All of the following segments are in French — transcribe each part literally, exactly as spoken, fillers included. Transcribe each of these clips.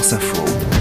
France Info.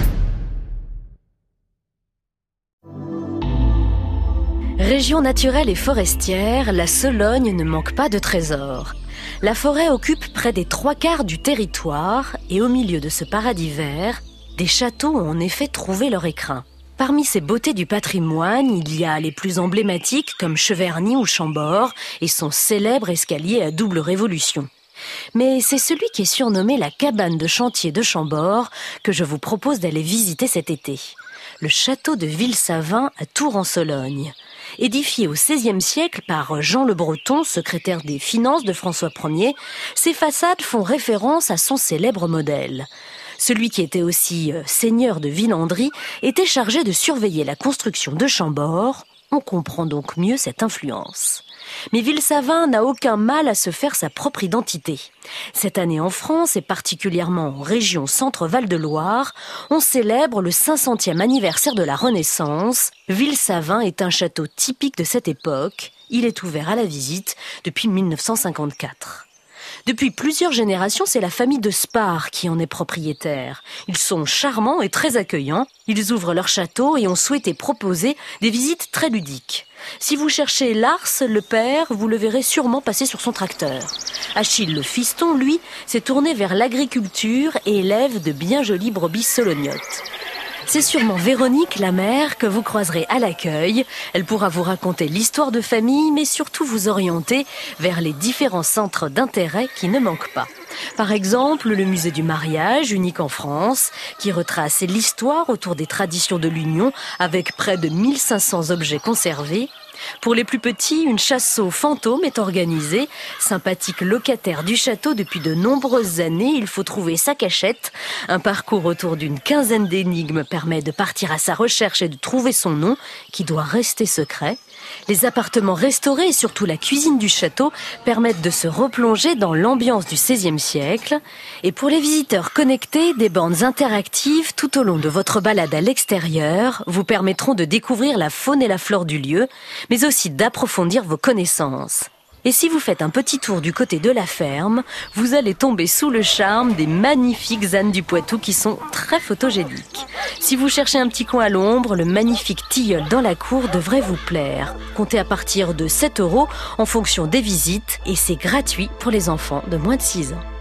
Région naturelle et forestière, la Sologne ne manque pas de trésors. La forêt occupe près des trois quarts du territoire et au milieu de ce paradis vert, des châteaux ont en effet trouvé leur écrin. Parmi ces beautés du patrimoine, il y a les plus emblématiques comme Cheverny ou Chambord et son célèbre escalier à double révolution. Mais c'est celui qui est surnommé la cabane de chantier de Chambord que je vous propose d'aller visiter cet été. Le château de Villesavin à Tours-en-Sologne. Édifié au seizième siècle par Jean le Breton, secrétaire des Finances de François Ier, ses façades font référence à son célèbre modèle. Celui qui était aussi seigneur de Villandry était chargé de surveiller la construction de Chambord. On comprend donc mieux cette influence. Mais Villesavin n'a aucun mal à se faire sa propre identité. Cette année en France, et particulièrement en région Centre-Val de Loire, on célèbre le cinq centième anniversaire de la Renaissance. Villesavin est un château typique de cette époque. Il est ouvert à la visite depuis mille neuf cent cinquante-quatre. Depuis plusieurs générations, c'est la famille de Spar qui en est propriétaire. Ils sont charmants et très accueillants. Ils ouvrent leur château et ont souhaité proposer des visites très ludiques. Si vous cherchez Lars, le père, vous le verrez sûrement passer sur son tracteur. Achille, le fiston, lui, s'est tourné vers l'agriculture et élève de bien jolies brebis solognottes. C'est sûrement Véronique, la mère, que vous croiserez à l'accueil. Elle pourra vous raconter l'histoire de famille, mais surtout vous orienter vers les différents centres d'intérêt qui ne manquent pas. Par exemple, le musée du mariage, unique en France, qui retrace l'histoire autour des traditions de l'union avec près de mille cinq cents objets conservés. Pour les plus petits, une chasse aux fantômes est organisée. Sympathique locataire du château depuis de nombreuses années, il faut trouver sa cachette. Un parcours autour d'une quinzaine d'énigmes permet de partir à sa recherche et de trouver son nom, qui doit rester secret. Les appartements restaurés et surtout la cuisine du château permettent de se replonger dans l'ambiance du seizième siècle. Et pour les visiteurs connectés, des bandes interactives tout au long de votre balade à l'extérieur vous permettront de découvrir la faune et la flore du lieu, mais aussi d'approfondir vos connaissances. Et si vous faites un petit tour du côté de la ferme, vous allez tomber sous le charme des magnifiques ânes du Poitou qui sont très photogéniques. Si vous cherchez un petit coin à l'ombre, le magnifique tilleul dans la cour devrait vous plaire. Comptez à partir de sept euros en fonction des visites et c'est gratuit pour les enfants de moins de six ans.